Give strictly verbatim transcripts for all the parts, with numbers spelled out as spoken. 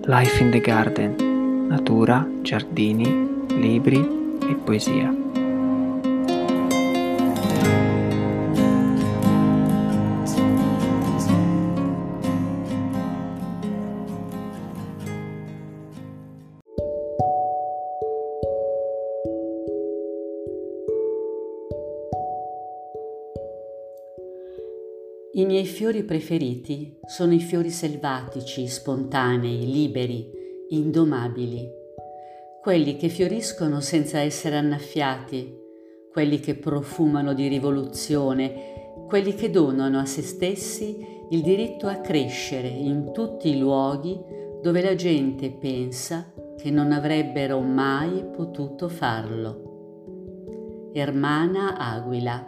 Life in the Garden, natura, giardini, libri e poesia. I miei fiori preferiti sono i fiori selvatici, spontanei, liberi, indomabili, quelli che fioriscono senza essere annaffiati, quelli che profumano di rivoluzione, quelli che donano a se stessi il diritto a crescere in tutti i luoghi dove la gente pensa che non avrebbero mai potuto farlo. Ermana Aguila.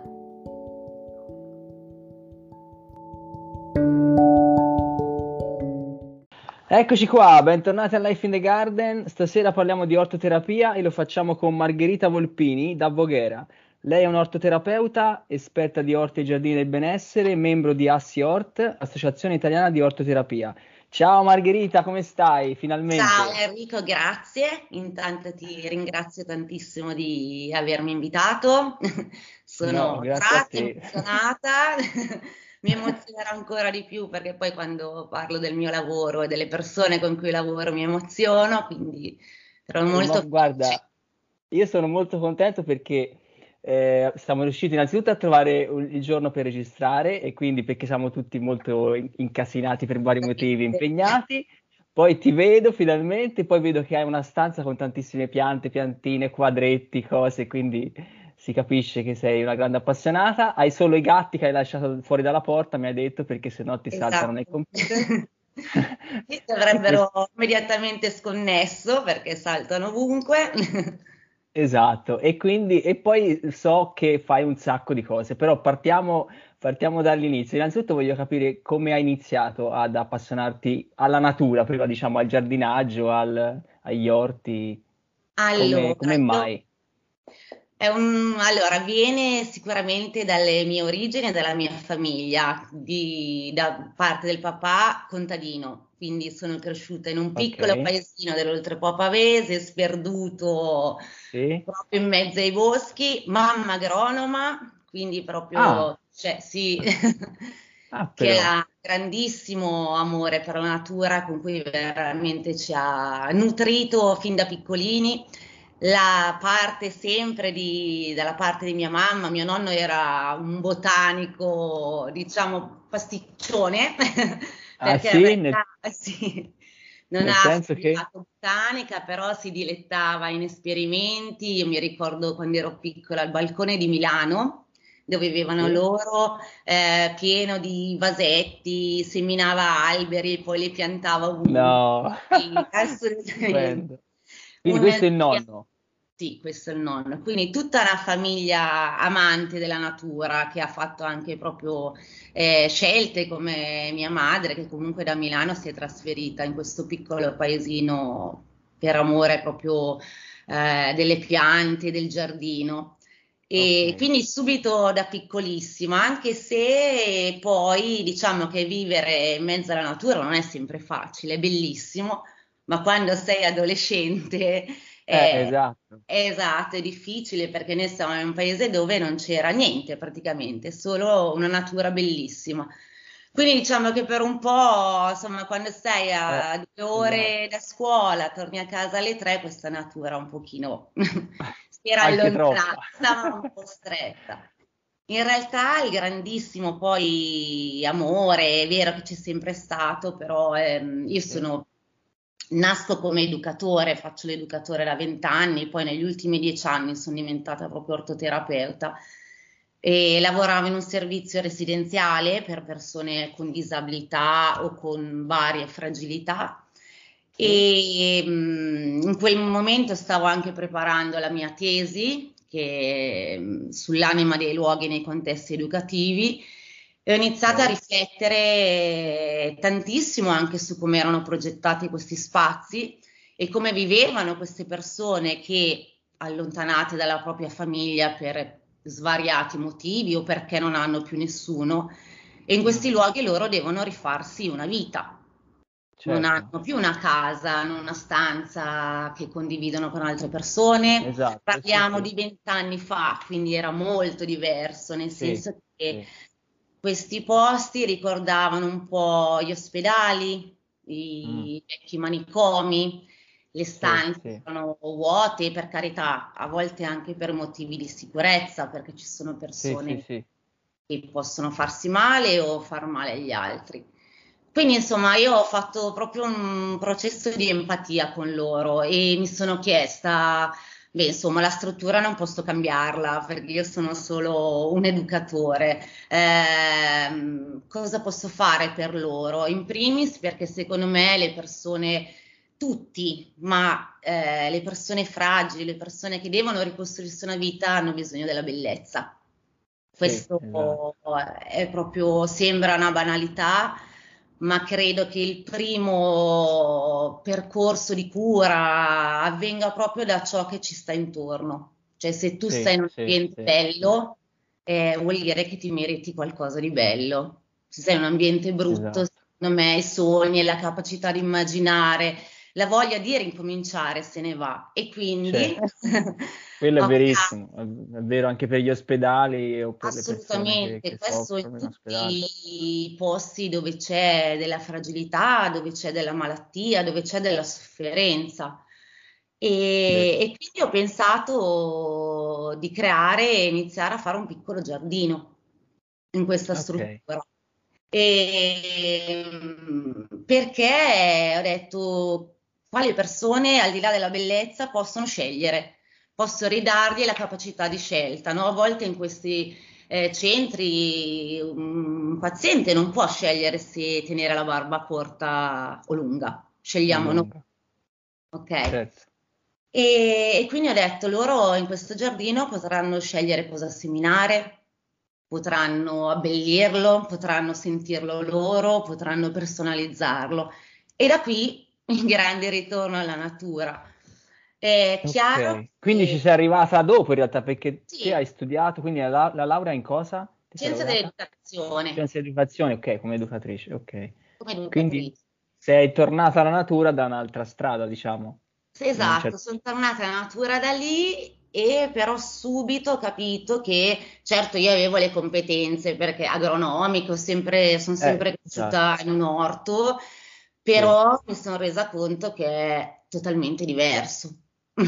Eccoci qua, bentornati a Life in the Garden. Stasera parliamo di ortoterapia e lo facciamo con Margherita Volpini da Voghera. Lei è un'ortoterapeuta, esperta di orti e giardini del benessere, membro di Assi Ort, Associazione Italiana di Ortoterapia. Ciao Margherita, come stai? Ciao Finalmente. Enrico, grazie. Intanto ti ringrazio tantissimo di avermi invitato. No, Sono grazie a grata, te. emozionata. Mi emozionerà ancora di più perché poi quando parlo del mio lavoro e delle persone con cui lavoro mi emoziono, quindi sarò Eh, Ma molto felice. guarda, io sono molto contento perché eh, siamo riusciti innanzitutto a trovare un- il giorno per registrare e quindi perché siamo tutti molto in- incasinati per vari motivi, impegnati. Poi ti vedo finalmente, poi vedo che hai una stanza con tantissime piante, piantine, quadretti, cose, quindi si capisce che sei una grande appassionata. Hai solo i gatti che hai lasciato fuori dalla porta, mi hai detto, perché sennò ti saltano nel Esatto. computer. Sì, ci E questo avrebbero immediatamente sconnesso perché saltano ovunque. Esatto, e quindi e poi so che fai un sacco di cose, però partiamo, partiamo dall'inizio. Innanzitutto voglio capire come hai iniziato ad appassionarti alla natura, prima diciamo al giardinaggio, al- agli orti, come, Allora, come io mai? è un, allora, viene sicuramente dalle mie origini e dalla mia famiglia, di- da parte del papà contadino, quindi sono cresciuta in un Ok, piccolo paesino dell'Oltrepo Pavese, sperduto sì. proprio in mezzo ai boschi, mamma agronoma, quindi Ah, proprio, cioè, sì, ah che però, ha grandissimo amore per la natura, con cui veramente ci ha nutrito fin da piccolini. La parte sempre di, dalla parte di mia mamma, mio nonno era un botanico, diciamo, pasticcione, ah perché in sì, nel, realtà sì, non nel ha senso che... studiato botanica, però si dilettava in esperimenti. Io mi ricordo quando ero piccola al balcone di Milano, dove vivevano Sì? loro, eh, pieno di vasetti, seminava alberi e poi li piantava ovunque. No, Sì, assolutamente. stupendo. Quindi Un questo è il entusiasta. nonno. Sì, questo è il nonno. Quindi tutta una famiglia amante della natura che ha fatto anche proprio eh, scelte come mia madre, che comunque da Milano si è trasferita in questo piccolo paesino per amore proprio eh, delle piante, del giardino. Ok. E quindi subito da piccolissima, anche se poi diciamo che vivere in mezzo alla natura non è sempre facile, è bellissimo, ma quando sei adolescente Eh, è, esatto. è esatto, è difficile perché noi siamo in un paese dove non c'era niente praticamente, solo una natura bellissima. Quindi diciamo che per un po', insomma, quando stai Eh, a due esatto. ore da scuola, torni a casa alle tre, questa natura un pochino si era Anche allontanata, troppa. stava un po' stretta. In realtà il grandissimo poi amore, è vero che c'è sempre stato, però ehm, io Sì. sono, nasco come educatore, faccio l'educatore da vent'anni, poi negli ultimi dieci anni sono diventata proprio ortoterapeuta e lavoravo in un servizio residenziale per persone con disabilità o con varie fragilità. Sì? E mh, in quel momento stavo anche preparando la mia tesi che, mh, sull'anima dei luoghi nei contesti educativi e ho iniziato a Ok. riflettere tantissimo anche su come erano progettati questi spazi e come vivevano queste persone che, allontanate dalla propria famiglia per svariati motivi o perché non hanno più nessuno, e in questi Ah, luoghi loro devono rifarsi una vita. non certo, hanno più una casa, hanno una stanza che condividono con altre persone. esatto, sì, Parliamo sì, di vent'anni fa, quindi era molto diverso, nel sì, senso che sì, questi posti ricordavano un po' gli ospedali, mm, i vecchi manicomi, le sì, stanze sì, sono vuote, per carità, a volte anche per motivi di sicurezza, perché ci sono sì, sì, persone sì, che possono farsi male o far male agli altri. Quindi, insomma, io ho fatto proprio un processo di empatia con loro e mi sono chiesta, beh, insomma, la struttura non posso cambiarla perché io sono solo un educatore. Ehm, cosa posso fare per loro? In primis, perché secondo me le persone, tutti, ma eh, le persone fragili, le persone che devono ricostruirsi una vita hanno bisogno della bellezza. sì, Questo esatto, è proprio, sembra una banalità, ma credo che il primo percorso di cura avvenga proprio da ciò che ci sta intorno. Cioè, se tu sì, stai in un sì, ambiente sì, bello, eh, vuol dire che ti meriti qualcosa di bello. Se sei in un ambiente brutto, esatto. secondo me i sogni e la capacità di immaginare, la voglia di ricominciare se ne va. E quindi Certo, quello è ho verissimo, è, è vero anche per gli ospedali o per le persone che, assolutamente, che questo in soffrono in ospedale. tutti i posti dove c'è della fragilità, dove c'è della malattia, dove c'è della sofferenza. E, Vero. e quindi ho pensato di creare e iniziare a fare un piccolo giardino in questa Ok, struttura. E, mm, perché ho detto, quali persone al di là della bellezza possono scegliere, posso ridargli la capacità di scelta, no? A volte in questi eh, centri un paziente non può scegliere se tenere la barba corta o lunga, o scegliamo noi, lunga, ok? certo. E, e quindi ho detto, loro in questo giardino potranno scegliere cosa seminare, potranno abbellirlo, potranno sentirlo loro, potranno personalizzarlo. E da qui il grande ritorno alla natura. È chiaro Ok, quindi ci che sei arrivata dopo in realtà perché te hai sì, studiato, quindi la, la- la laurea in cosa? Ti sei scienze laureata? dell'educazione Scienze dell'educazione, ok, come educatrice, ok. come Quindi educatrice. sei tornata alla natura da un'altra strada, diciamo, Sì, in un esatto, certo sono tornata alla natura da lì e però subito ho capito che, certo, io avevo le competenze perché agronomiche, ho sempre, sono Eh, sempre esatto, cresciuta in un orto, sì, però mi sono resa conto che è totalmente diverso.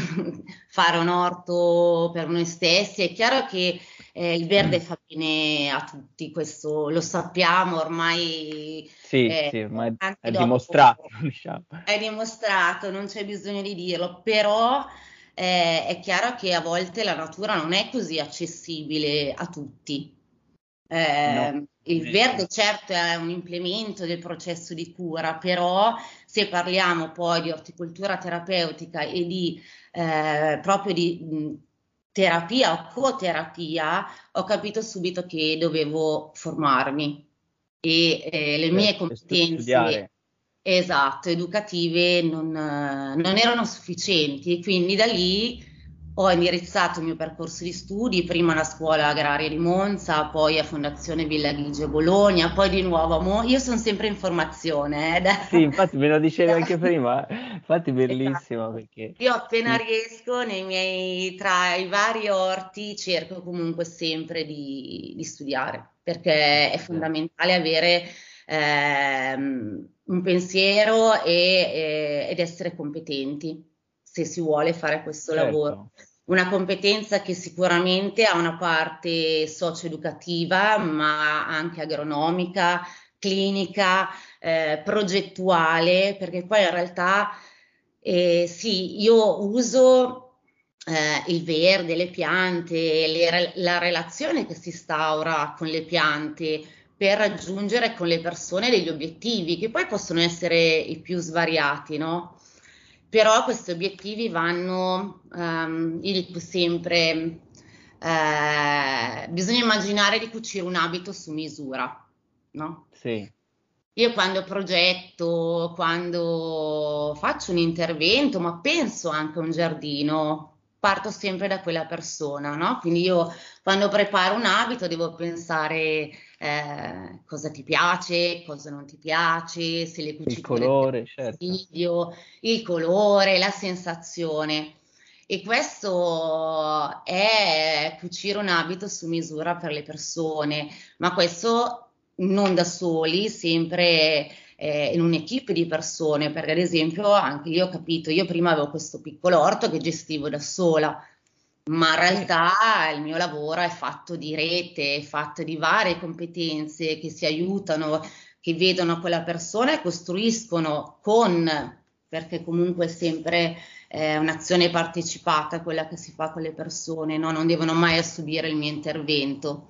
Fare un orto per noi stessi, è chiaro che eh, il verde fa bene a tutti, questo lo sappiamo ormai, sì, eh, sì, ormai anche è dopo dimostrato, diciamo. è dimostrato, non c'è bisogno di dirlo, però eh, è chiaro che a volte la natura non è così accessibile a tutti. No, Eh, il vero, verde certo è un implemento del processo di cura, però se parliamo poi di orticoltura terapeutica e di eh, proprio di mh, terapia o coterapia, ho capito subito che dovevo formarmi e eh, le mie certo, e stu- competenze studiare, esatto, educative non, eh, non erano sufficienti e quindi da lì ho indirizzato il mio percorso di studi, prima alla scuola agraria di Monza, poi a Fondazione Villa Ligia Bologna, poi di nuovo a Mo- io sono sempre in formazione, eh, sì, da- infatti me lo dicevi anche da- prima, infatti bellissimo Esatto. perché Io appena sì, riesco nei miei, tra i vari orti cerco comunque sempre di, di studiare di perché è studiare. fondamentale avere ehm, un pensiero e- e- ed essere competenti se si vuole fare questo lavoro. Certo, Una competenza che sicuramente ha una parte socio-educativa, ma anche agronomica, clinica, eh, progettuale, perché poi in realtà eh, sì, io uso eh, il verde, le piante, le re- la relazione che si instaura con le piante per raggiungere con le persone degli obiettivi, che poi possono essere i più svariati, no? Però questi obiettivi vanno, ehm, io dico sempre, eh, bisogna immaginare di cucire un abito su misura, no? sì, Io quando progetto, quando faccio un intervento, ma penso anche a un giardino, parto sempre da quella persona, no? Quindi io quando preparo un abito devo pensare eh, cosa ti piace, cosa non ti piace, se le Il cuciture ti colore, danno certo. fastidio, il colore, la sensazione. E questo è cucire un abito su misura per le persone, ma questo non da soli, sempre eh, in un'equipe di persone, perché ad esempio anche io ho capito, io prima avevo questo piccolo orto che gestivo da sola, ma in Sì, realtà il mio lavoro è fatto di rete, è fatto di varie competenze che si aiutano, che vedono quella persona e costruiscono con, perché comunque è sempre eh, un'azione partecipata quella che si fa con le persone, no? Non devono mai subire il mio intervento.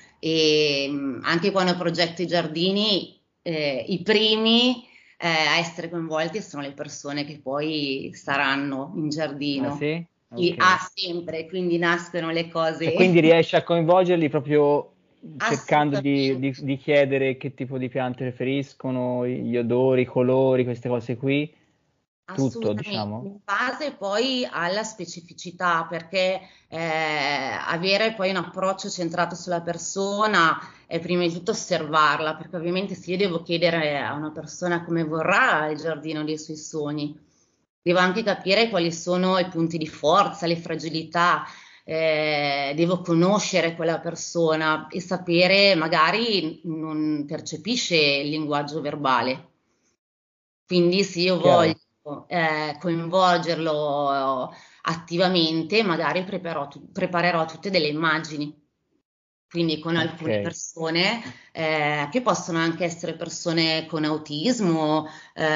E mh, anche quando progetto i giardini, eh, i primi eh, a essere coinvolti sono le persone che poi staranno in ah giardino. sì? Sì, Ok. ah, sempre, quindi nascono le E cose quindi riesci a coinvolgerli proprio cercando di, di- assolutamente. di chiedere che tipo di piante preferiscono, gli odori, i colori, queste cose qui, tutto, Assolutamente, diciamo? in base poi alla specificità, perché eh, avere poi un approccio centrato sulla persona è prima di tutto osservarla, perché ovviamente se io devo chiedere a una persona come vorrà il giardino dei suoi sogni, devo anche capire quali sono i punti di forza, le fragilità, eh, devo conoscere quella persona e sapere, magari non percepisce il linguaggio verbale. Quindi se io Chiaro? voglio eh, coinvolgerlo attivamente, magari preparerò, tu- preparerò tutte delle immagini. Quindi con alcune Ok. persone eh, che possono anche essere persone con autismo,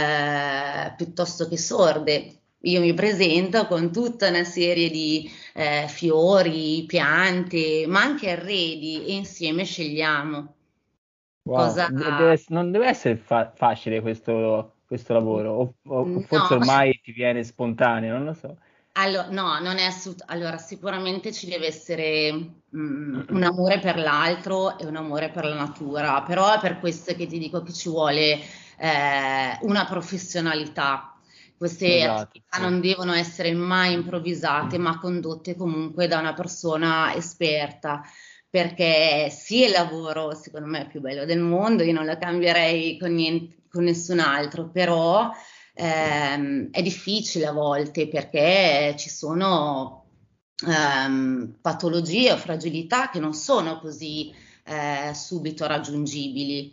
eh, piuttosto che sorde. Io mi presento con tutta una serie di eh, fiori, piante, ma anche arredi e insieme scegliamo Wow, cosa. De- deve ess- non deve essere fa- facile questo, questo lavoro, o, o- o forse No. ormai ti viene spontaneo, non lo so. Allo- no, non è assolut- allora sicuramente ci deve essere mm, un amore per l'altro e un amore per la natura, però è per questo che ti dico che ci vuole eh, una professionalità. Queste Esatto, attività sì. non devono essere mai improvvisate, ma condotte comunque da una persona esperta, perché sì, il lavoro secondo me è più bello del mondo, io non lo cambierei con niente- con nessun altro, però ehm, è difficile a volte perché ci sono ehm, patologie o fragilità che non sono così eh, subito raggiungibili.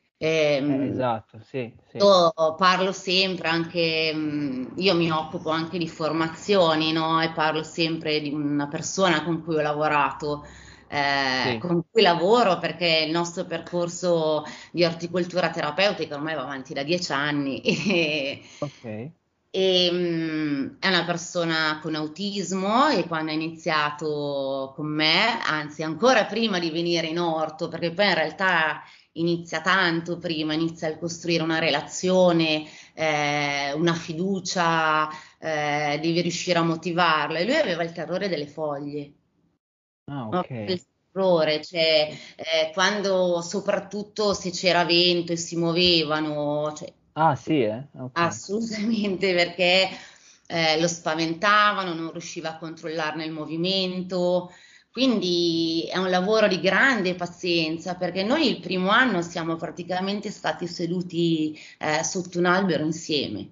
Eh, Ehm, esatto, sì, sì, io parlo sempre anche, mh, io mi occupo anche di formazioni, no? E parlo sempre di una persona con cui ho lavorato, eh, sì, con cui lavoro perché il nostro percorso di orticoltura terapeutica ormai va avanti da dieci anni e, ok. e, mh, è una persona con autismo e quando ha iniziato con me, anzi ancora prima di venire in orto, perché poi in realtà inizia tanto prima, inizia a costruire una relazione, eh, una fiducia, eh, devi riuscire a motivarla. E lui aveva il terrore delle foglie, Ah, no? ok. Il terrore, cioè eh, quando soprattutto se c'era vento e si muovevano, cioè, Ah, sì, eh? Ok. assolutamente perché eh, lo spaventavano, non riusciva a controllarne il movimento. Quindi è un lavoro di grande pazienza perché noi il primo anno siamo praticamente stati seduti eh, sotto un albero insieme,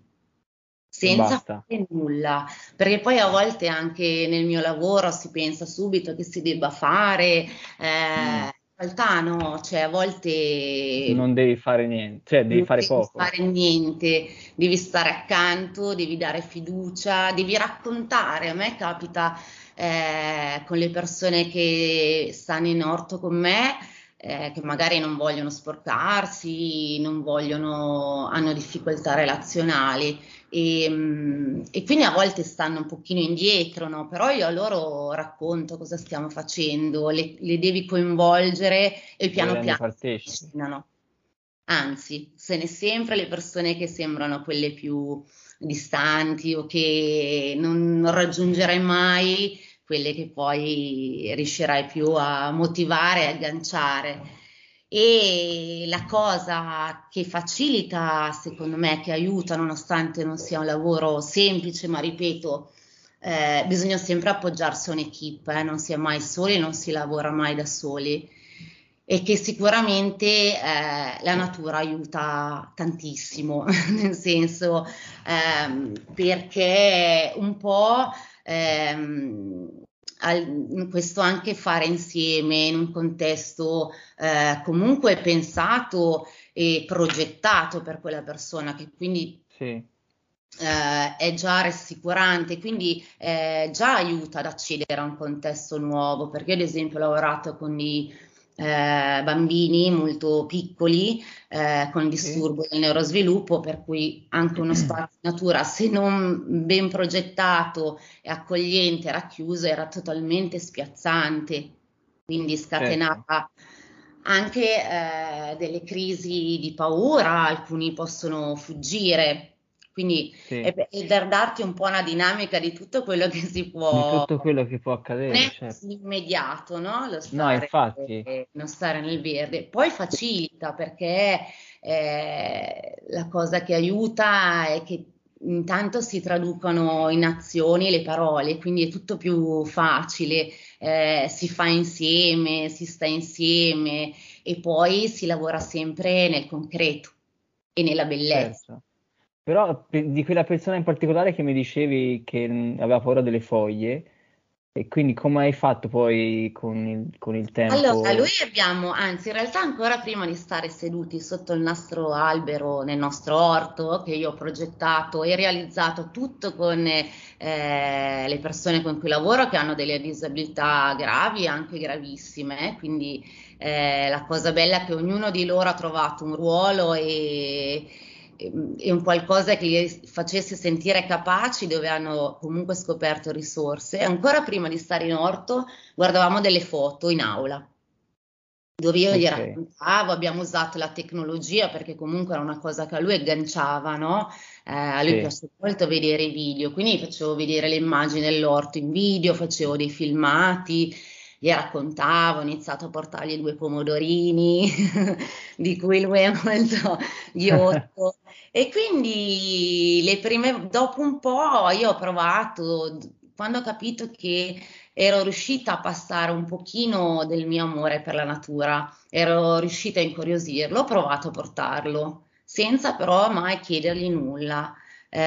E senza basta. fare nulla, perché poi a volte anche nel mio lavoro si pensa subito che si debba fare, eh, Mm. in realtà no, cioè a volte Non devi fare niente, cioè devi non fare devi poco. fare niente, devi stare accanto, devi dare fiducia, devi raccontare. A me capita eh, con le persone che stanno in orto con me, eh, che magari non vogliono sporcarsi, non vogliono, hanno difficoltà relazionali e, mm, e quindi a volte stanno un pochino indietro, no? Però io a loro racconto cosa stiamo facendo, le, le devi coinvolgere e Le piano rendi piano si partecipi. avvicinano. Anzi, se ne sempre le persone che sembrano quelle più distanti o che non, non raggiungerai mai, quelle che poi riuscirai più a motivare e agganciare. E la cosa che facilita, secondo me, che aiuta, nonostante non sia un lavoro semplice, ma ripeto, eh, bisogna sempre appoggiarsi a un'equipe, eh, non si è mai soli, non si lavora mai da soli e che sicuramente eh, la natura aiuta tantissimo, nel senso ehm, perché un po' ehm, al, questo anche fare insieme in un contesto eh, comunque pensato e progettato per quella persona, che quindi Sì, eh, è già rassicurante, quindi eh, già aiuta ad accedere a un contesto nuovo, perché io ad esempio ho lavorato con i eh, bambini molto piccoli eh, con sì, disturbo del neurosviluppo, per cui anche uno spazio in natura, se non ben progettato e accogliente, racchiuso, era totalmente spiazzante, quindi certo, scatenava anche eh, delle crisi di paura, alcuni possono fuggire. Quindi sì, è per è per darti un po' una dinamica di tutto quello che si di può, tutto quello che può non accadere, è certo. così immediato, no? Lo No, stare, infatti, non stare nel verde. Poi facilita perché eh, la cosa che aiuta è che intanto si traducono in azioni le parole, quindi è tutto più facile, eh, si fa insieme, si sta insieme e poi si lavora sempre nel concreto e nella bellezza. certo. Però pe- di quella persona in particolare che mi dicevi che mh, aveva paura delle foglie, e quindi come hai fatto poi con il, con il Allora, lui tempo? abbiamo, anzi, in realtà ancora prima di stare seduti sotto il nostro albero, nel nostro orto, che io ho progettato e realizzato tutto con eh, le persone con cui lavoro che hanno delle disabilità gravi, anche gravissime, quindi eh, la cosa bella è che ognuno di loro ha trovato un ruolo e, e- e un qualcosa che li facesse sentire capaci, dove hanno comunque scoperto risorse. Ancora prima di stare in orto guardavamo delle foto in aula dove io gli Ok, raccontavo, abbiamo usato la tecnologia perché comunque era una cosa che a lui agganciava, no? Eh, a lui sì, piace molto vedere i video, quindi facevo vedere le immagini dell'orto in video, facevo dei filmati, gli raccontavo, ho iniziato a portargli due pomodorini, di cui lui è molto ghiotto. E quindi le prime, dopo un po' io ho provato, quando ho capito che ero riuscita a passare un pochino del mio amore per la natura, ero riuscita a incuriosirlo, ho provato a portarlo, senza però mai chiedergli nulla.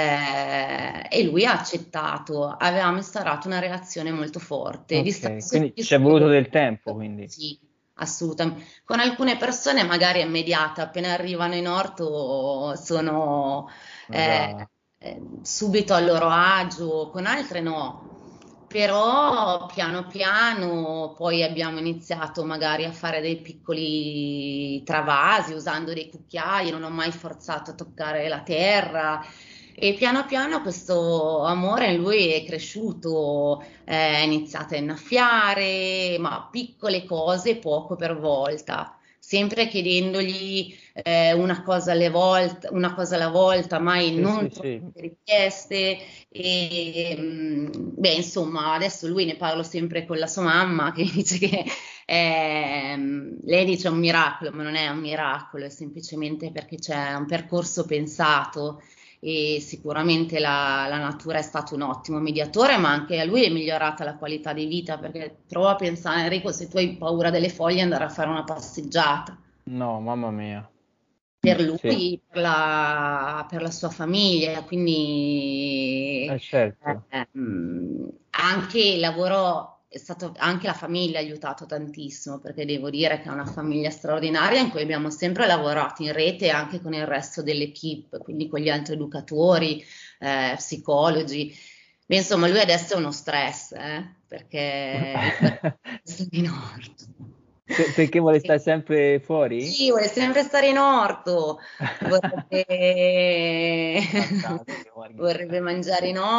Eh, e lui ha accettato, avevamo instaurato una relazione molto forte, ok, distanze quindi ci è voluto fisiche, del tempo, quindi. sì, assolutamente. Con alcune persone magari è immediata, appena arrivano in orto sono eh, Già, eh, subito a loro agio, con altre no. Però piano piano poi abbiamo iniziato magari a fare dei piccoli travasi usando dei cucchiai, non ho mai forzato a toccare la terra e piano piano questo amore in lui è cresciuto, è iniziato a innaffiare, ma piccole cose poco per volta, sempre chiedendogli eh, una cosa alle volte, una cosa alla volta, mai sì, sì, non sì, troppe richieste. E, mh, beh, insomma, adesso lui ne parlo sempre con la sua mamma che dice che ehm, lei dice è un miracolo, ma non è un miracolo, è semplicemente perché c'è un percorso pensato e sicuramente la, la natura è stato un ottimo mediatore, ma anche a lui è migliorata la qualità di vita perché prova a pensare, Enrico, se tu hai paura delle foglie, andare a fare una passeggiata no, mamma mia, per sì, lui, per la, per la sua famiglia, eh, quindi certo, eh, mh, anche il lavoro è stato, anche la famiglia ha aiutato tantissimo, perché devo dire che è una famiglia straordinaria in cui abbiamo sempre lavorato in rete anche con il resto dell'equipe, quindi con gli altri educatori, eh, psicologi. Beh, insomma, lui adesso è uno stress, eh, perché lui è in orto. Per- perché vuole stare sempre fuori? Sì, vuole sempre stare in orto, vorrebbe, Fantastico, vorrebbe Margherita. mangiare in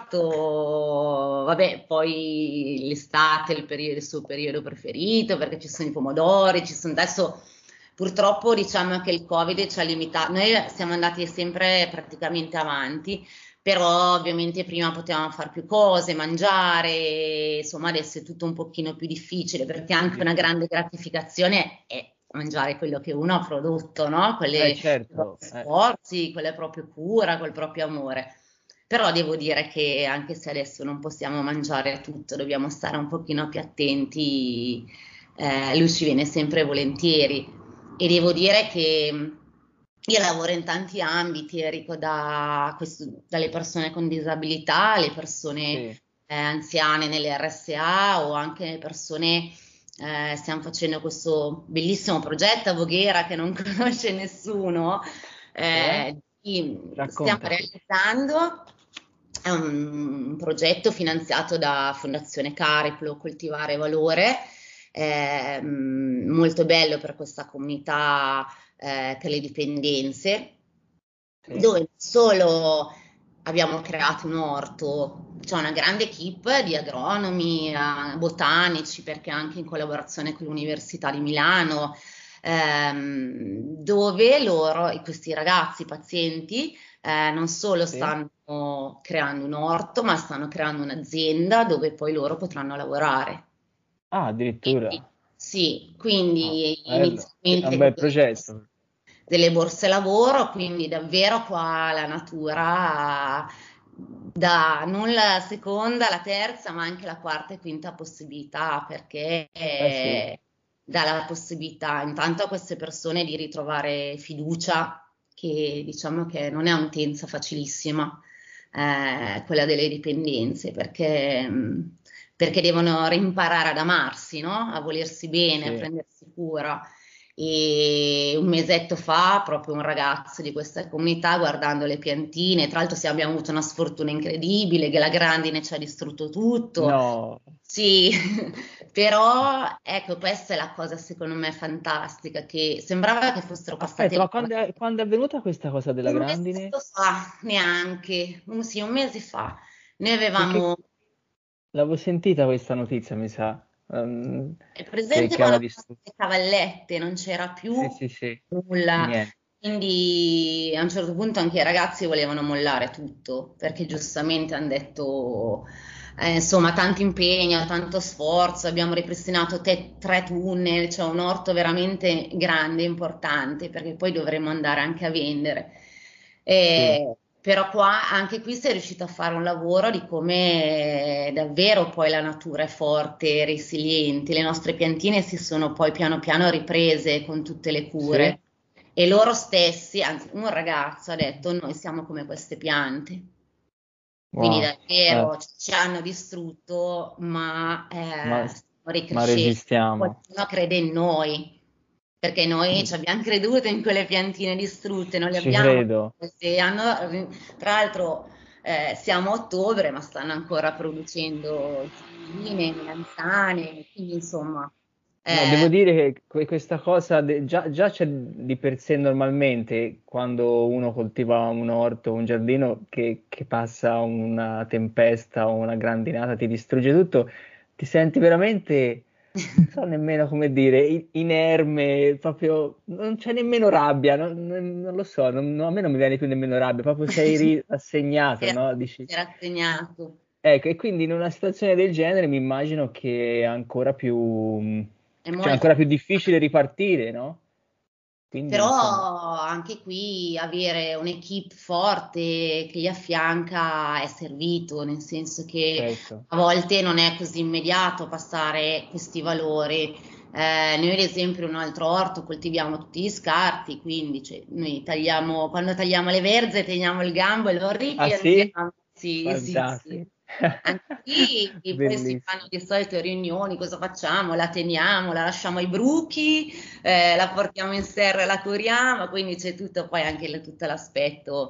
orto, vabbè, poi l'estate è il periodo- il suo periodo preferito perché ci sono i pomodori, ci sono adesso purtroppo diciamo che il Covid ci ha limitato, noi siamo andati sempre praticamente avanti, però ovviamente prima potevamo fare più cose, mangiare, insomma adesso è tutto un pochino più difficile perché Più anche una grande difficile. gratificazione è mangiare quello che uno ha prodotto, no? Eh Quelle, i propri certo, eh, sforzi, con la propria cura, col proprio amore. Però devo dire che anche se adesso non possiamo mangiare tutto, dobbiamo stare un pochino più attenti, eh, lui ci viene sempre volentieri. E devo dire che io lavoro in tanti ambiti, Enrico, da questo- dalle persone con disabilità alle persone Sì, eh, anziane nelle R S A o anche persone, eh, stiamo facendo questo bellissimo progetto a Voghera che non conosce nessuno, cioè? eh, di- stiamo Raccontaci. realizzando è un progetto finanziato da Fondazione Cariplo, Coltivare Valore, eh, molto bello per questa comunità eh, per le dipendenze, Sì, dove non solo abbiamo creato un orto, c'è una grande equipe di agronomi, eh, botanici, perché anche in collaborazione con l'Università di Milano, ehm, dove loro, questi ragazzi pazienti, eh, non solo sì. stanno creando un orto, ma stanno creando un'azienda dove poi loro potranno lavorare. Ah, Quindi, addirittura. sì, Ah, quindi bello. È un inizialmente con bel progetto. delle borse lavoro, quindi davvero qua la natura dà non la seconda, la terza, ma anche la quarta e quinta possibilità, perché Eh sì, eh, dà la possibilità intanto a queste persone di ritrovare fiducia, che diciamo che non è un'utenza facilissima, eh, quella delle dipendenze, perché, mh, perché devono rimparare ad amarsi, no? A volersi bene, a sì. prendersi cura. E un mesetto fa, proprio un ragazzo di questa comunità, guardando le piantine, tra l'altro sì, abbiamo avuto una sfortuna incredibile, che la grandine ci ha distrutto tutto. No. Sì, però ecco, questa è la cosa secondo me fantastica, che sembrava che fossero passate Aspetta, le ma quando è, ore. quando è avvenuta questa cosa della Un grandine? mesetto fa, neanche, un, sì, un mese fa, noi Perché avevamo. l'avevo sentita questa notizia, mi sa, ehm, È che, presente che aveva quando fanno distrutto. le cavallette, non c'era Sì, più sì, sì. nulla, Niente. quindi a un certo punto anche i ragazzi volevano mollare tutto, perché giustamente hanno detto, eh, insomma, tanto impegno, tanto sforzo, abbiamo ripristinato te- tre tunnel, cioè un orto veramente grande, importante, perché poi dovremo andare anche a vendere. Sì, Eh, però qua, anche qui sei riuscito a fare un lavoro di come davvero poi la natura è forte, resiliente, le nostre piantine si sono poi piano piano riprese con tutte le sì. cure e loro stessi, anzi un ragazzo ha detto noi siamo come queste piante. Quindi Wow. Eh, davvero ci ci hanno distrutto, ma ma, eh, stiamo ma ricrescendo. resistiamo. Qualcuno crede in noi, perché noi Mm, ci abbiamo creduto in quelle piantine distrutte, non le ci abbiamo. credo. Se hanno- Tra l'altro eh, siamo a ottobre, ma stanno ancora producendo zucchine, melanzane, quindi insomma, No, devo eh, dire che que- questa cosa de- già, già c'è di per sé normalmente quando uno coltiva un orto o un giardino che, che passa una tempesta o una grandinata, ti distrugge tutto, ti senti veramente, non so nemmeno come dire, i- inerme, proprio non c'è nemmeno rabbia, non, non- non lo so, non- a me non mi viene più nemmeno rabbia, proprio sei ri- si rassegnato, era no? Dici, si era assegnato. ecco, e quindi in una situazione del genere mi immagino che è ancora più, mh, È cioè molto ancora più difficile importante. ripartire, no? Quindi, Però insomma, anche qui avere un'equipe forte che gli affianca è servito, nel senso che certo, a volte non è così immediato passare questi valori. Eh, noi, ad esempio, in un altro orto coltiviamo tutti gli scarti, quindi cioè, noi tagliamo, quando tagliamo le verze, teniamo il gambo e lo ah sì? ripiantiamo. Sì, sì, sì. Fantastico, Anche qui poi si fanno bellissimo, di solito riunioni, cosa facciamo? La teniamo, la lasciamo ai bruchi, eh, la portiamo in serra e la curiamo, quindi c'è tutto poi anche l- tutto l'aspetto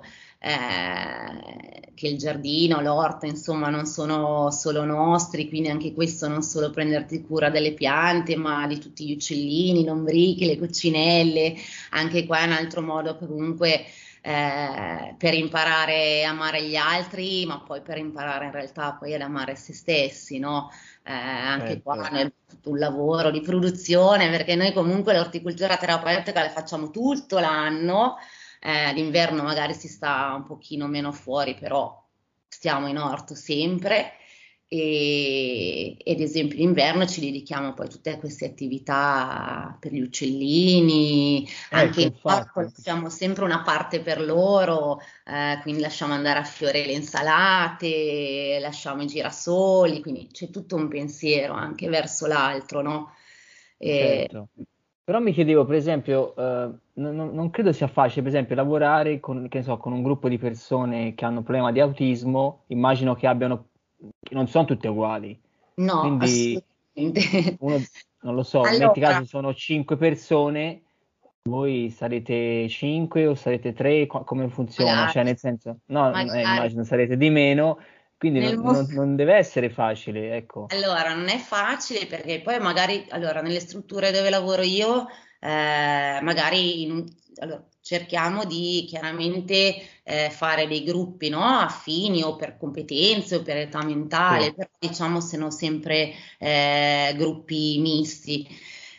eh, che il giardino, l'orto, insomma, non sono solo nostri, quindi anche questo non solo prenderti cura delle piante, ma di tutti gli uccellini, i lombrichi, le coccinelle, anche qua è un altro modo comunque eh, per imparare a amare gli altri, ma poi per imparare in realtà poi ad amare se stessi, no? Eh, anche qua certo, noi abbiamo tutto un lavoro di produzione, perché noi comunque l'orticoltura terapeutica la facciamo tutto l'anno, eh, d'inverno magari si sta un pochino meno fuori, però stiamo in orto sempre. e, ed esempio in inverno ci dedichiamo poi a tutte queste attività per gli uccellini, anche Ecco, in porto infatti, lasciamo sempre una parte per loro, eh, quindi lasciamo andare a fiore le insalate, lasciamo i girasoli, quindi c'è tutto un pensiero anche verso l'altro, no? E, certo. Però mi chiedevo, per esempio, eh, non, non- non credo sia facile, per esempio, lavorare con, che ne so, con un gruppo di persone che hanno problema di autismo, immagino che abbiano, che non sono tutte uguali. no, Quindi assolutamente. uno, non lo so, metti Allora, caso sono cinque persone, voi sarete cinque o sarete tre, Co- come funziona? Cioè, magari, nel senso, no, eh, magari immagino sarete di meno, quindi nel non, mondo. non- non deve essere facile, ecco. Allora, non è facile perché poi magari, allora, nelle strutture dove lavoro io, eh, magari in un- allora, cerchiamo di chiaramente eh, fare dei gruppi, no? Affini o per competenze o per età Sì, mentale, però diciamo sono sempre eh, gruppi misti.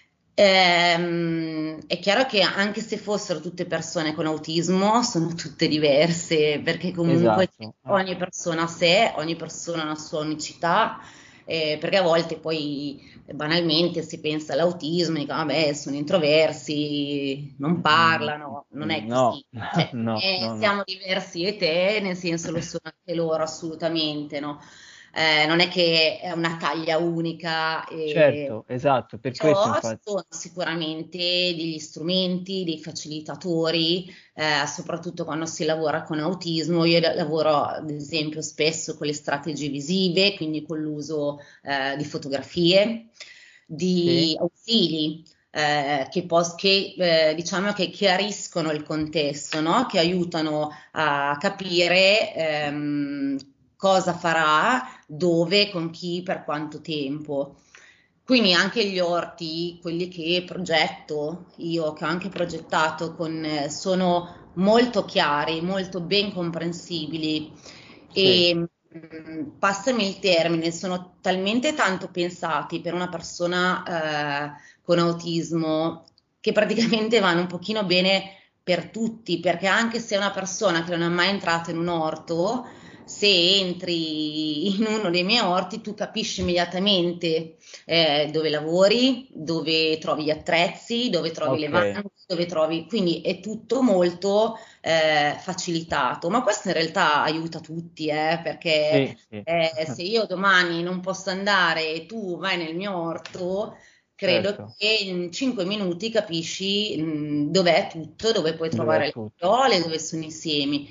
Ehm, è chiaro che anche se fossero tutte persone con autismo, sono tutte diverse, perché comunque esatto. Eh. ogni persona a sé, ogni persona ha una sua unicità, eh, perché a volte poi eh, banalmente si pensa all'autismo e dico, vabbè, sono introversi, non Mm, parlano, non è no, così. Cioè, no, eh, no, no. siamo diversi e te, nel senso lo sono anche loro assolutamente, no? Eh, non è che è una taglia unica, e Certo, esatto, per questo però ci infatti. sono sicuramente degli strumenti, dei facilitatori, eh, soprattutto quando si lavora con autismo. Io la- lavoro ad esempio spesso con le strategie visive, quindi con l'uso eh, di fotografie, Sì, di ausili. eh, che, pos- che, eh, diciamo che chiariscono il contesto, no? Che aiutano a capire ehm, cosa farà, dove, con chi, per quanto tempo. Quindi anche gli orti, quelli che progetto, io che ho anche progettato, con, eh, sono molto chiari, molto ben comprensibili sì, e mh, passami il termine, sono talmente tanto pensati per una persona eh, con autismo che praticamente vanno un pochino bene per tutti, perché anche se è una persona che non è mai entrata in un orto, se entri in uno dei miei orti, tu capisci immediatamente eh, dove lavori, dove trovi gli attrezzi, dove trovi le ok, vanne, dove trovi, quindi è tutto molto eh, facilitato. Ma questo in realtà aiuta tutti, eh, perché sì, sì, eh, se io domani non posso andare e tu vai nel mio orto, credo certo, che in cinque minuti capisci mh, dov'è tutto, dove puoi dov'è trovare le tutto. fiole, dove sono i semi.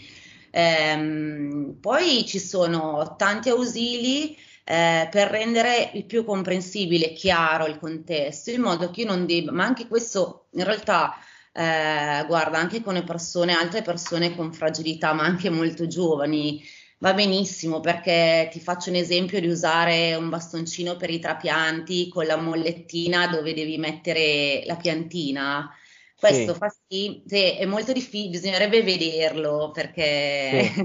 Ehm, poi ci sono tanti ausili eh, per rendere il più comprensibile e chiaro il contesto, in modo che io non debba, ma anche questo in realtà, eh, guarda, anche con le persone, altre persone con fragilità, ma anche molto giovani, va benissimo perché ti faccio un esempio di usare un bastoncino per i trapianti con la mollettina dove devi mettere la piantina. Questo Sì, fa sì, sì, è molto difficile, bisognerebbe vederlo perché sì,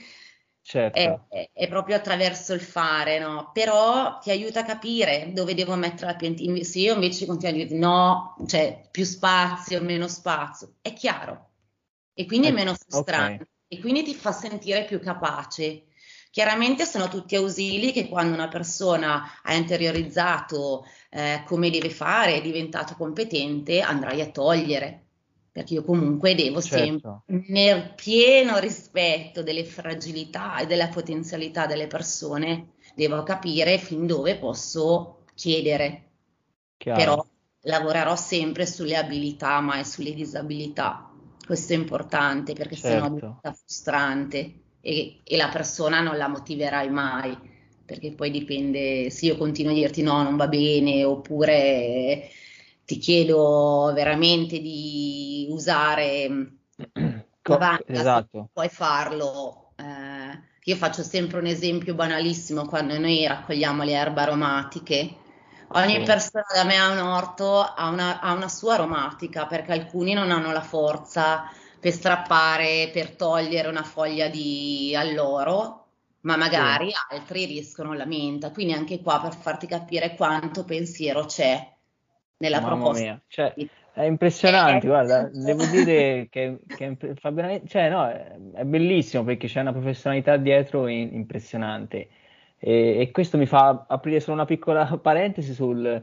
è, certo, è- è proprio attraverso il fare, no? Però ti aiuta a capire dove devo mettere la piantina. Se io invece continuo a dire no, cioè più spazio, meno spazio, è chiaro e quindi è Eh, meno ok, frustrante e quindi ti fa sentire più capace. Chiaramente sono tutti ausili che quando una persona ha interiorizzato eh, come deve fare, è diventato competente, andrai a togliere, perché io comunque devo sempre, certo, nel pieno rispetto delle fragilità e della potenzialità delle persone, devo capire fin dove posso chiedere, però chiaro, lavorerò sempre sulle abilità, mai sulle disabilità. Questo è importante perché sennò certo, diventa frustrante e, e la persona non la motiverai mai, perché poi dipende se io continuo a dirti no, non va bene, oppure ti chiedo veramente di usare Co- lavagna, se esatto, puoi farlo. Eh, io faccio sempre un esempio banalissimo quando noi raccogliamo le erbe aromatiche. Ogni sì, persona da me ha un orto, ha una, ha una sua aromatica, perché alcuni non hanno la forza per strappare, per togliere una foglia di alloro, ma sì. magari altri riescono la menta. Quindi anche qua per farti capire quanto pensiero c'è nella Mamma proposta. mia, cioè, Eh, è impressionante, guarda, devo dire che, che fa veramente, cioè, no, è, è bellissimo perché c'è una professionalità dietro in- impressionante. E, e questo mi fa aprire solo una piccola parentesi sul,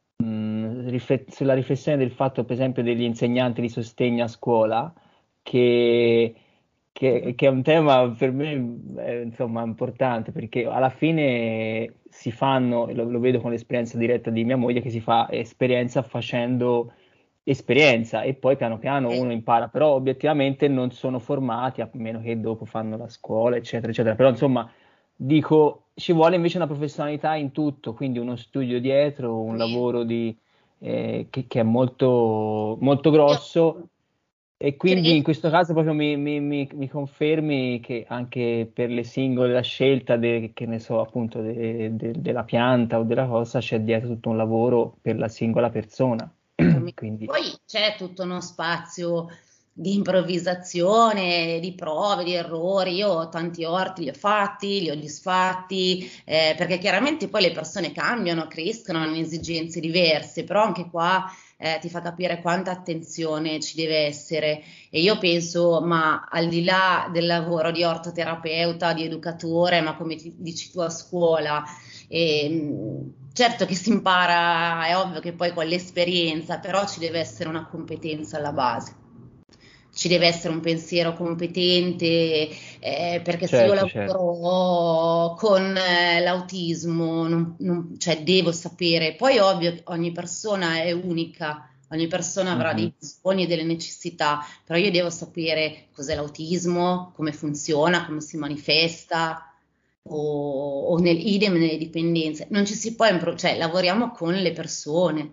mh, riflet- sulla riflessione del fatto, per esempio, degli insegnanti di sostegno a scuola, che, che- che è un tema per me, eh, insomma, importante, perché alla fine si fanno, lo, lo vedo con l'esperienza diretta di mia moglie, che si fa esperienza facendo esperienza e poi piano piano Eh, uno impara, però obiettivamente non sono formati, a meno che dopo fanno la scuola, eccetera, eccetera. Però insomma, dico, ci vuole invece una professionalità in tutto, quindi uno studio dietro, un sì. lavoro di, eh, che, che è molto, molto Io grosso e quindi in credo. questo caso proprio mi, mi- mi- mi confermi che anche per le singole, la scelta de- che ne so, appunto, de- de- della pianta o della cosa c'è dietro tutto un lavoro per la singola persona. Assolutamente. Quindi, Poi c'è tutto uno spazio di improvvisazione, di prove, di errori. Io ho tanti orti, li ho fatti, li ho disfatti, eh, perché chiaramente poi le persone cambiano, crescono, hanno esigenze diverse, però anche qua eh, ti fa capire quanta attenzione ci deve essere. E io penso, ma al di là del lavoro di ortoterapeuta, di educatore, ma come ti dici tu a scuola, e, certo che si impara, è ovvio che poi con l'esperienza, però ci deve essere una competenza alla base. Ci deve essere un pensiero competente, eh, perché se io certo, certo. lavoro con eh, l'autismo, non- non- cioè devo sapere, poi è ovvio che ogni persona è unica, ogni persona avrà Mhm. dei bisogni e delle necessità, però io devo sapere cos'è l'autismo, come funziona, come si manifesta, o, o nel idem nelle dipendenze. Non ci si può impro- cioè lavoriamo con le persone.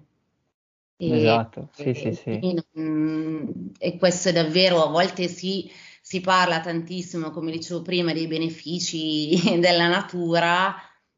E, Esatto, sì, sì, e sì. quindi non- e questo è davvero, a volte si, si parla tantissimo, come dicevo prima, dei benefici della natura,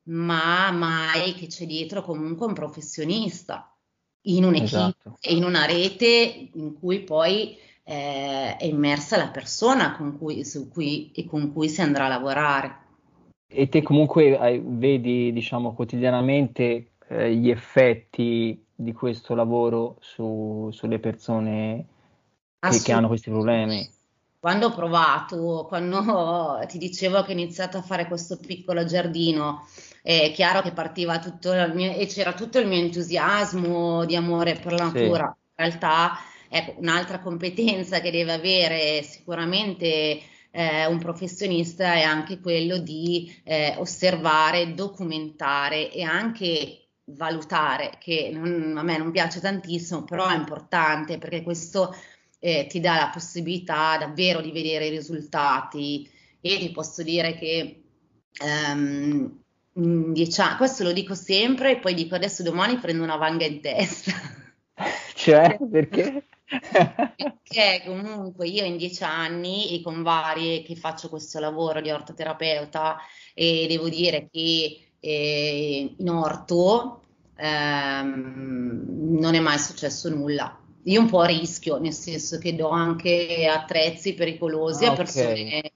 ma mai che c'è dietro comunque un professionista in un'equipe, Esatto. in una rete in cui poi eh, è immersa la persona con cui, su cui, e con cui si andrà a lavorare. E te comunque hai- vedi, diciamo, quotidianamente eh, gli effetti di questo lavoro su- sulle persone che, che hanno questi Assolutamente. problemi? Quando ho provato, quando ti dicevo che ho iniziato a fare questo piccolo giardino, è chiaro che partiva tutto il mio, e c'era tutto il mio entusiasmo di amore per la Sì, natura. In realtà, ecco, un'altra competenza che deve avere sicuramente eh, un professionista è anche quello di eh, osservare, documentare e anche valutare, che non- a me non piace tantissimo, però è importante perché questo eh, ti dà la possibilità davvero di vedere i risultati. E ti posso dire che ehm, in dieci anni, questo lo dico sempre, e poi dico adesso domani prendo una vanga in testa. cioè, perché? Perché comunque io in dieci anni e con varie che faccio questo lavoro di ortoterapeuta e devo dire che eh, in orto ehm, non è mai successo nulla. Io un po' a rischio, nel senso che do anche attrezzi pericolosi Ah, a ok. persone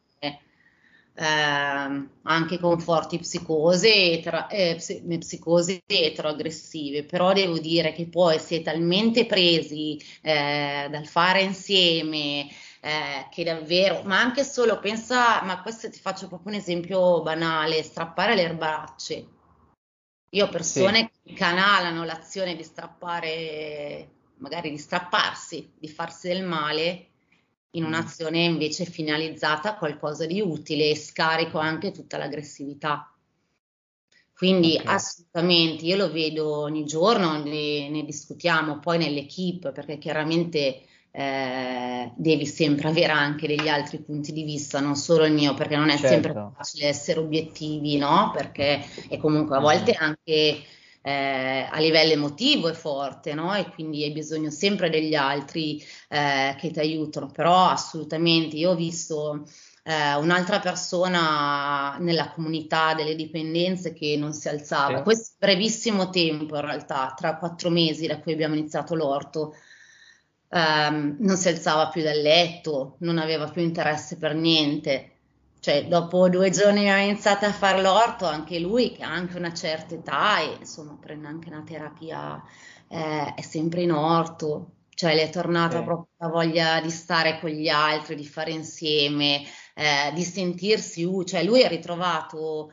ehm, anche con forti psicose, etero- eh, psi- psicosi eteroaggressive, però devo dire che poi si è talmente presi eh, dal fare insieme eh, che davvero, ma anche solo pensa, ma questo ti faccio proprio un esempio banale, strappare le erbacce. Io ho Sì. persone che canalano l'azione di strappare, magari di strapparsi, di farsi del male, in Mm, un'azione invece finalizzata a qualcosa di utile e scarico anche tutta l'aggressività. Quindi ok. assolutamente, io lo vedo ogni giorno, ne, ne discutiamo poi nell'equipe, perché chiaramente eh, devi sempre avere anche degli altri punti di vista, non solo il mio, perché non è sempre Certo. facile essere obiettivi, no? Perché e comunque a volte Mhm. anche eh, a livello emotivo è forte, no? E quindi hai bisogno sempre degli altri eh, che ti aiutano, però assolutamente io ho visto eh, un'altra persona nella comunità delle dipendenze che non si alzava. Sì. Questo brevissimo tempo, in realtà, tra quattro mesi da cui abbiamo iniziato l'orto, ehm, non si alzava più dal letto, non aveva più interesse per niente. Cioè, dopo due giorni abbiamo iniziato a fare l'orto, anche lui, che ha anche una certa età e insomma prende anche una terapia, eh, è sempre in orto. Cioè, le è tornata Sì. proprio la voglia di stare con gli altri, di fare insieme, eh, di sentirsi, u- cioè lui ha ritrovato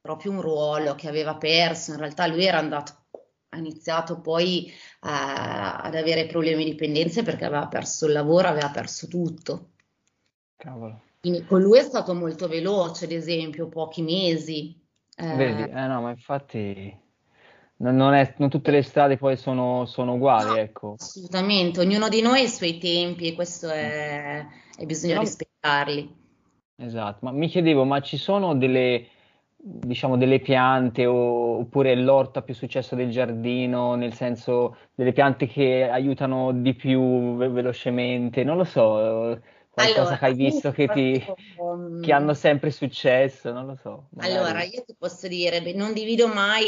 proprio un ruolo che aveva perso. In realtà lui era andato, ha iniziato poi eh, ad avere problemi di dipendenza perché aveva perso il lavoro, aveva perso tutto. Cavolo. Quindi con lui è stato molto veloce, ad esempio, pochi mesi. Vedi, Eh, eh no, ma infatti non, non è- non tutte le strade poi sono, sono uguali, no, ecco. assolutamente, ognuno di noi ha i suoi tempi e questo Mm. è, e bisogna Però, rispettarli. esatto, ma mi chiedevo, ma ci sono delle, diciamo, delle piante o- oppure l'orto ha più successo del giardino, nel senso delle piante che aiutano di più ve- velocemente? Non lo so, eh, qualcosa Allora, che hai io visto che ti, proprio, che um, hanno sempre successo, non lo so, allora, magari. io ti posso dire, beh, non divido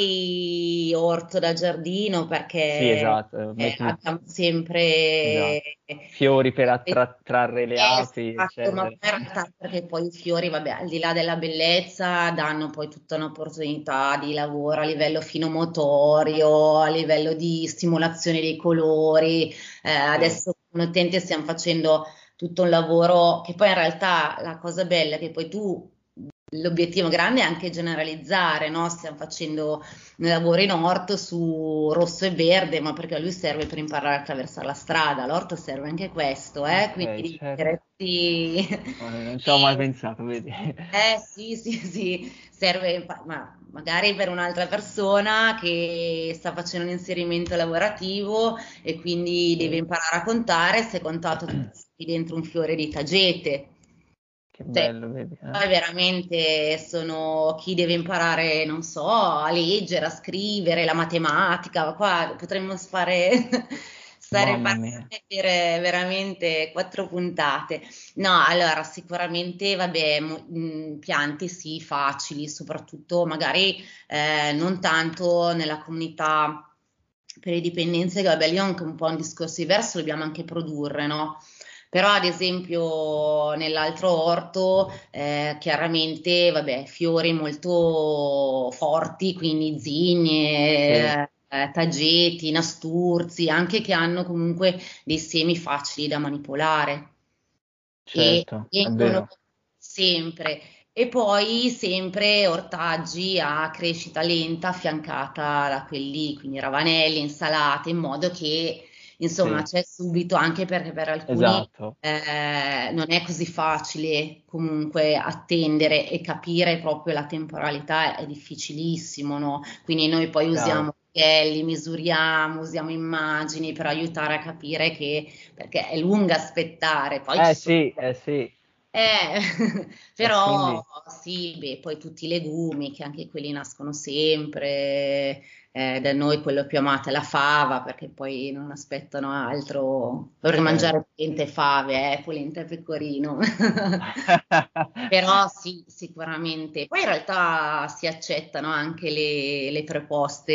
mai orto da giardino Sì, perché esatto, eh, eh, metti, abbiamo esatto. sempre Fiori per eh, attrarre le api, esatto, ma eccetera. poi in realtà perché poi i fiori, vabbè, al di là della bellezza, danno poi tutta un'opportunità di lavoro a livello finomotorio, a livello di stimolazione dei colori. Eh, Sì, adesso con Utente stiamo facendo tutto un lavoro che poi in realtà la cosa bella è che poi tu l'obiettivo grande è anche generalizzare, no? Stiamo facendo un lavoro in orto su rosso e verde, ma perché a lui serve per imparare a attraversare la strada, l'orto serve anche questo, eh? ok, Quindi certo. diresti... No, non ci ho mai pensato, vedi. Eh sì, sì, sì, serve ma magari per un'altra persona che sta facendo un inserimento lavorativo e quindi deve Sì, imparare a contare, se contato tutti dentro un fiore di tagete. che Cioè, bello, vedi. Eh? poi veramente sono chi deve imparare, non so, a leggere, a scrivere, la matematica. Qua potremmo fare, stare Mamma mia. parlare per eh, veramente quattro puntate. No, allora sicuramente, vabbè, mo- mh, piante sì, facili, soprattutto magari eh, non tanto nella comunità per le dipendenze, che vabbè, lì è anche un po' un discorso diverso, dobbiamo anche produrre, no? Però ad esempio nell'altro orto eh, chiaramente vabbè, fiori molto forti, quindi Sì, zinnie, eh, tageti, nasturzi, anche che hanno comunque dei semi facili da manipolare e certo, è vengono vero. sempre. E poi sempre ortaggi a crescita lenta affiancata da quelli, quindi ravanelli, insalate, in modo che insomma Sì, c'è subito, anche perché per alcuni esatto. eh, non è così facile comunque attendere e capire proprio la temporalità, è difficilissimo, no? Quindi noi poi Chiaro. usiamo li misuriamo, usiamo immagini per aiutare a capire che, perché è lunga aspettare, poi ci Eh sono sì, eh sì. eh, E però quindi, sì, beh, poi tutti i legumi, che anche quelli nascono sempre, eh, da noi quello più amato è la fava, perché poi non aspettano altro, dovrei certo. mangiare polenta e fave, eh, polenta e pecorino. Però sì, sicuramente. Poi in realtà si accettano anche le, le proposte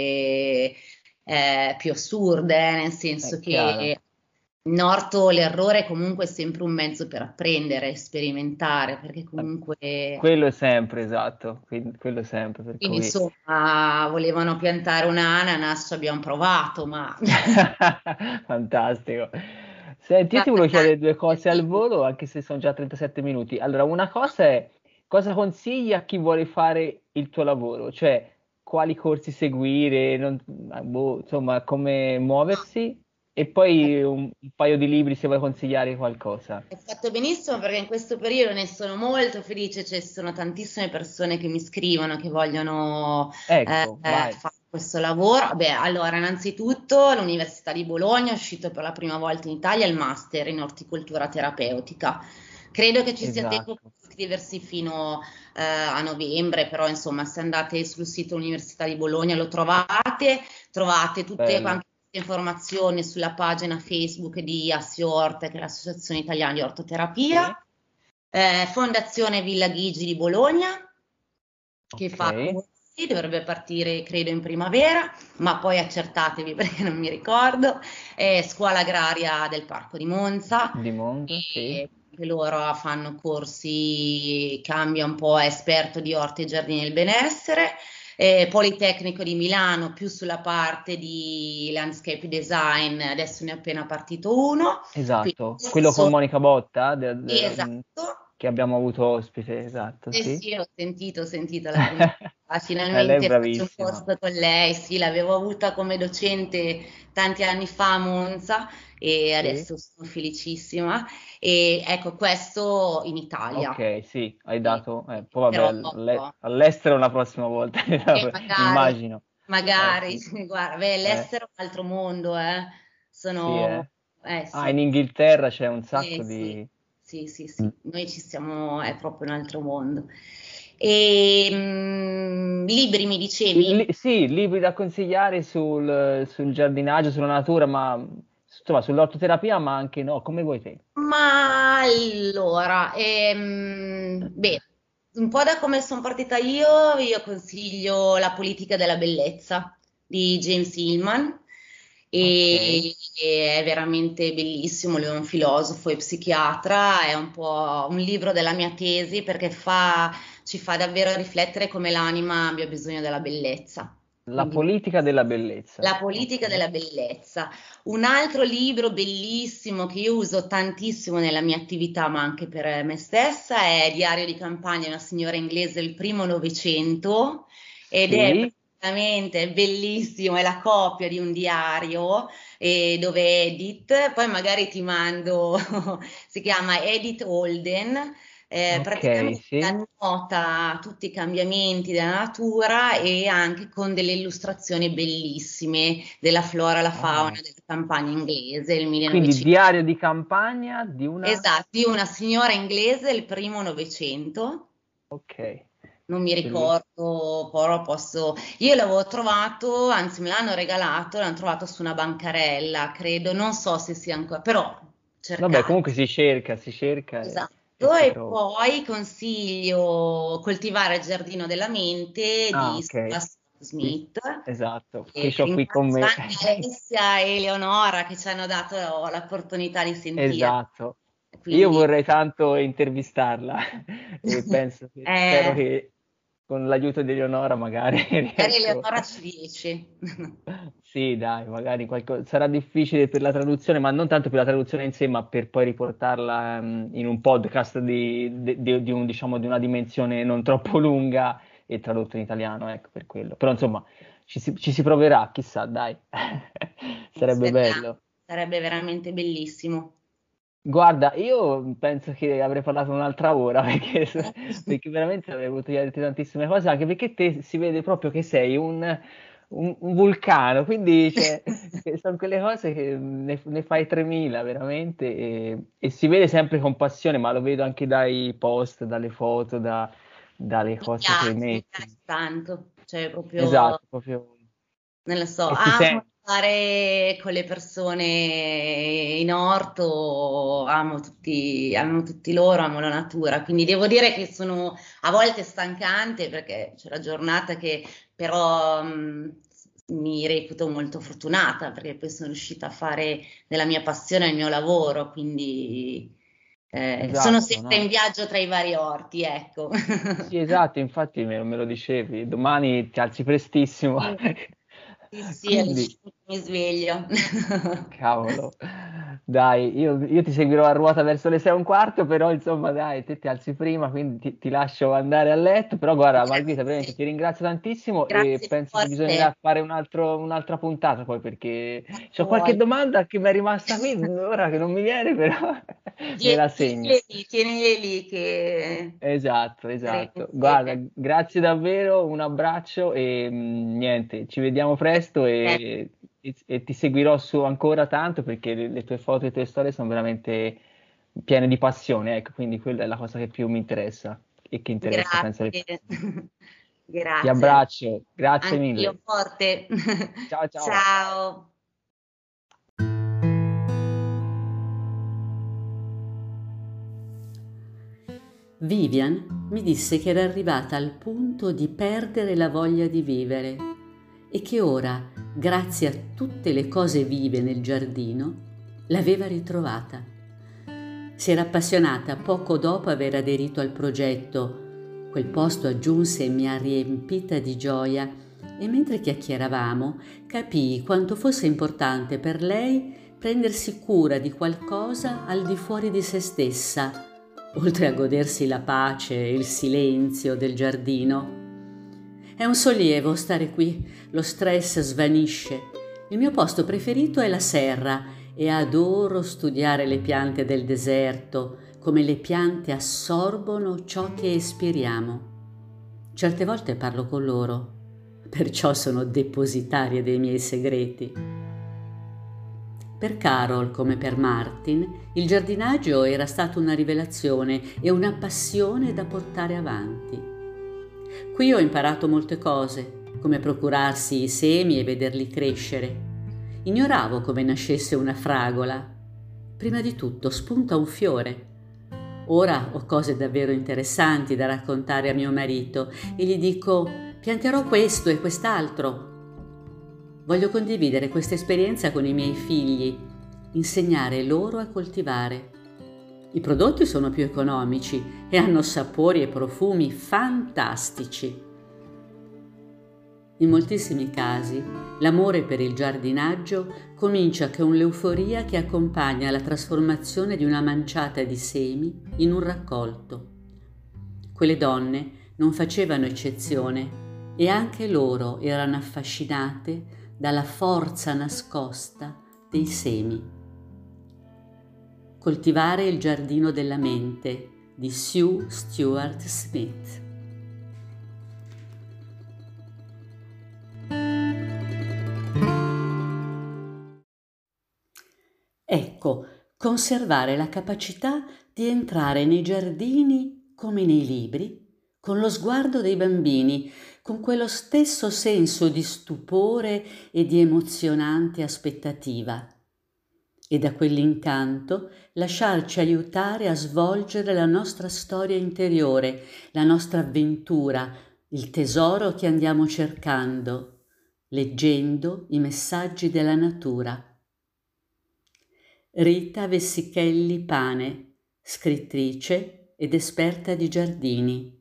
eh, più assurde, eh, nel È senso chiaro. che in orto l'errore è comunque sempre un mezzo per apprendere, sperimentare, perché Eh, comunque, Quello è sempre, esatto. Quindi, quello è sempre, per quindi cui... insomma, volevano piantare un ananas, ci abbiamo provato, ma Fantastico. Senti, io ti volevo chiedere due cose al volo, anche se sono già trentasette minuti. Allora, una cosa è cosa consigli a chi vuole fare il tuo lavoro? Cioè, quali corsi seguire, non- boh, insomma, come muoversi? E poi un, un paio di libri se vuoi consigliare qualcosa. hai fatto benissimo perché in questo periodo ne sono molto felice, cioè, ci sono tantissime persone che mi scrivono che vogliono eh, Ecco, eh, vai. fare questo lavoro. Beh, allora, innanzitutto l'Università di Bologna è uscito per la prima volta in Italia il master in orticoltura terapeutica. Credo che ci sia tempo per Esatto, iscriversi fino eh, a novembre, però insomma, se andate sul sito Università di Bologna lo trovate, trovate tutte bello. anche informazioni sulla pagina Facebook di Assiorte, che è l'Associazione Italiana di Sì, Ortoterapia, eh, Fondazione Villa Ghigi di Bologna, che ok. fa corsi, dovrebbe partire credo in primavera, ma poi accertatevi perché non mi ricordo, eh, Scuola Agraria del Parco di Monza, Di Monza, sì. e che loro fanno corsi, cambia un po', è esperto di orti e giardini del benessere, eh, Politecnico di Milano più sulla parte di landscape design, adesso ne è appena partito uno, quindi Esatto, quello con sono Monica Botta? de- sì, de- esatto. che abbiamo avuto ospite, esatto, Eh sì. sì, ho sentito, ho sentito la puntata. Eh, lei è Finalmente faccio un bravissima. post con lei. Sì, l'avevo avuta come docente tanti anni fa a Monza e Sì? adesso sono felicissima. E ecco, questo in Italia. Ok, sì, hai Sì, dato, sì. eh, poi vabbè, Però alle- all'estero la prossima volta, eh, magari, immagino. Eh magari, sì, guarda, beh, eh, l'estero è un altro mondo, eh. sì, Sono, eh. eh Ah, in sì. Inghilterra c'è un Eh, sacco sì, di... sì, sì, Mm. sì, noi ci siamo, è proprio un altro mondo. E mm, libri mi dicevi? Li- sì, libri da consigliare sul, sul giardinaggio, sulla natura, ma insomma sull'ortoterapia, ma anche no, come vuoi te. Ma allora, ehm, beh, un po' da come sono partita io, io consiglio La politica della bellezza di James Hillman Ok, e, e è veramente bellissimo, lui è un filosofo e psichiatra, è un po' un libro della mia tesi perché fa, ci fa davvero riflettere come l'anima abbia bisogno della bellezza. la Quindi politica della bellezza. la politica Ok, della bellezza. Un altro libro bellissimo che io uso tantissimo nella mia attività, ma anche per me stessa, è Diario di campagna di una signora inglese del primo Novecento ed è sì, praticamente bellissimo, è la copia di un diario eh, dove Edith, poi magari ti mando, si chiama Edith Holden, eh, ok, praticamente sì. annota tutti i cambiamenti della natura e anche con delle illustrazioni bellissime della flora, la fauna Ah, della campagna inglese del quindi millenovecento. diario di campagna di una... Esatto, di una signora inglese del primo Novecento. Ok, Non mi bellissimo. ricordo, però posso. Io l'avevo trovato, anzi me l'hanno regalato, l'hanno trovato su una bancarella, credo, non so se sia ancora, però Vabbè, cercate. comunque si cerca, si cerca e, e Esatto, si e trova. poi consiglio Coltivare il giardino della mente Ah, di ok. Stuart Di- Smith. Esatto, E che ho qui con ringrazio me. anche Alessia e Eleonora che ci hanno dato l'opportunità di sentire. Esatto. Io Quindi, vorrei tanto intervistarla e penso che, spero eh, che con l'aiuto di Eleonora magari magari riesco. Eleonora ci dice. Sì, dai, magari qualcosa sarà difficile per la traduzione, ma non tanto per la traduzione in sé, ma per poi riportarla ehm, in un podcast di, di- di- di un- diciamo, di una dimensione non troppo lunga e tradotto in italiano, ecco, per quello. Però insomma, ci si, ci si proverà, chissà, dai. Sarebbe Speriamo, bello. sarebbe veramente bellissimo. Guarda, io penso che avrei parlato un'altra ora perché, perché veramente avrei voluto chiederti tantissime cose, anche perché te si vede proprio che sei un, un- un vulcano, quindi cioè, che sono quelle cose che ne, ne fai tremila veramente e, e si vede sempre con passione, ma lo vedo anche dai post, dalle foto, da- dalle Mi cose che piace, mi metti. piace tanto, cioè proprio. Esatto, proprio. Non lo so, E si amo sente. stare con le persone in orto, amo tutti, amo tutti loro, amo la natura, quindi devo dire che sono a volte stancante perché c'è la giornata che però mh, mi reputo molto fortunata perché poi sono riuscita a fare della mia passione il mio lavoro, quindi eh, sono Esatto, sempre in no? viaggio tra i vari orti, ecco. Sì, esatto, infatti me, me lo dicevi, domani ti alzi prestissimo, Sì, sì, sì, alle quindi cinque mi sveglio. cavolo, dai, io, io ti seguirò a ruota verso le sei e un quarto, però insomma dai, te ti alzi prima, quindi ti, ti lascio andare a letto, però guarda Margherita, veramente Grazie, ti ringrazio tantissimo e grazie penso che forte. bisognerà fare un altro- un'altra puntata poi perché A c'ho qualche voi. domanda che mi è rimasta qui, ora che non mi viene, però me Tie- la segno. Tienile lì, tienile lì che Esatto, saremo esatto. Guarda, insieme. grazie davvero, un abbraccio e mh, niente, ci vediamo presto Eh, e, e- e ti seguirò su ancora tanto perché le, le tue foto e le tue storie sono veramente piene di passione, ecco, quindi quella è la cosa che più mi interessa e che interessa, penso, alle Grazie, persone. Ti grazie. abbraccio, grazie Anche io mille. forte. Ciao ciao. Ciao. Vivian mi disse che era arrivata al punto di perdere la voglia di vivere e che ora, grazie a tutte le cose vive nel giardino, l'aveva ritrovata. Si era appassionata poco dopo aver aderito al progetto. Quel posto, aggiunse, mi ha riempita di gioia e mentre chiacchieravamo capii quanto fosse importante per lei prendersi cura di qualcosa al di fuori di se stessa, oltre a godersi la pace e il silenzio del giardino. È un sollievo stare qui, lo stress svanisce. Il mio posto preferito è la serra e adoro studiare le piante del deserto, come le piante assorbono ciò che espiriamo. Certe volte parlo con loro, perciò sono depositaria dei miei segreti. Per Carol, come per Martin, il giardinaggio era stata una rivelazione e una passione da portare avanti. Qui ho imparato molte cose, come procurarsi i semi e vederli crescere. Ignoravo come nascesse una fragola. Prima di tutto spunta un fiore. Ora ho cose davvero interessanti da raccontare a mio marito e gli dico: pianterò questo e quest'altro. Voglio condividere questa esperienza con i miei figli, insegnare loro a coltivare. I prodotti sono più economici e hanno sapori e profumi fantastici. In moltissimi casi, l'amore per il giardinaggio comincia con l'euforia che accompagna la trasformazione di una manciata di semi in un raccolto. Quelle donne non facevano eccezione e anche loro erano affascinate dalla forza nascosta dei semi. Coltivare il giardino della mente di Sue Stuart Smith. Ecco, conservare la capacità di entrare nei giardini come nei libri, con lo sguardo dei bambini, con quello stesso senso di stupore e di emozionante aspettativa. E da quell'incanto lasciarci aiutare a svolgere la nostra storia interiore, la nostra avventura, il tesoro che andiamo cercando, leggendo i messaggi della natura. Rita Vessichelli Pane, scrittrice ed esperta di giardini.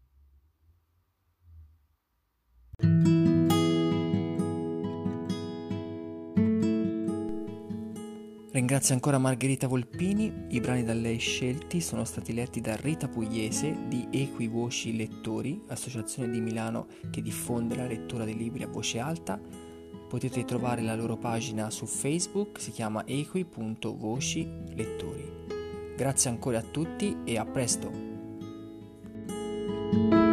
Ringrazio ancora Margherita Volpini. I brani da lei scelti sono stati letti da Rita Pugliese di Equivoci Lettori, associazione di Milano che diffonde la lettura dei libri a voce alta. Potete trovare la loro pagina su Facebook, si chiama equi punto voci lettori. Grazie ancora a tutti e a presto!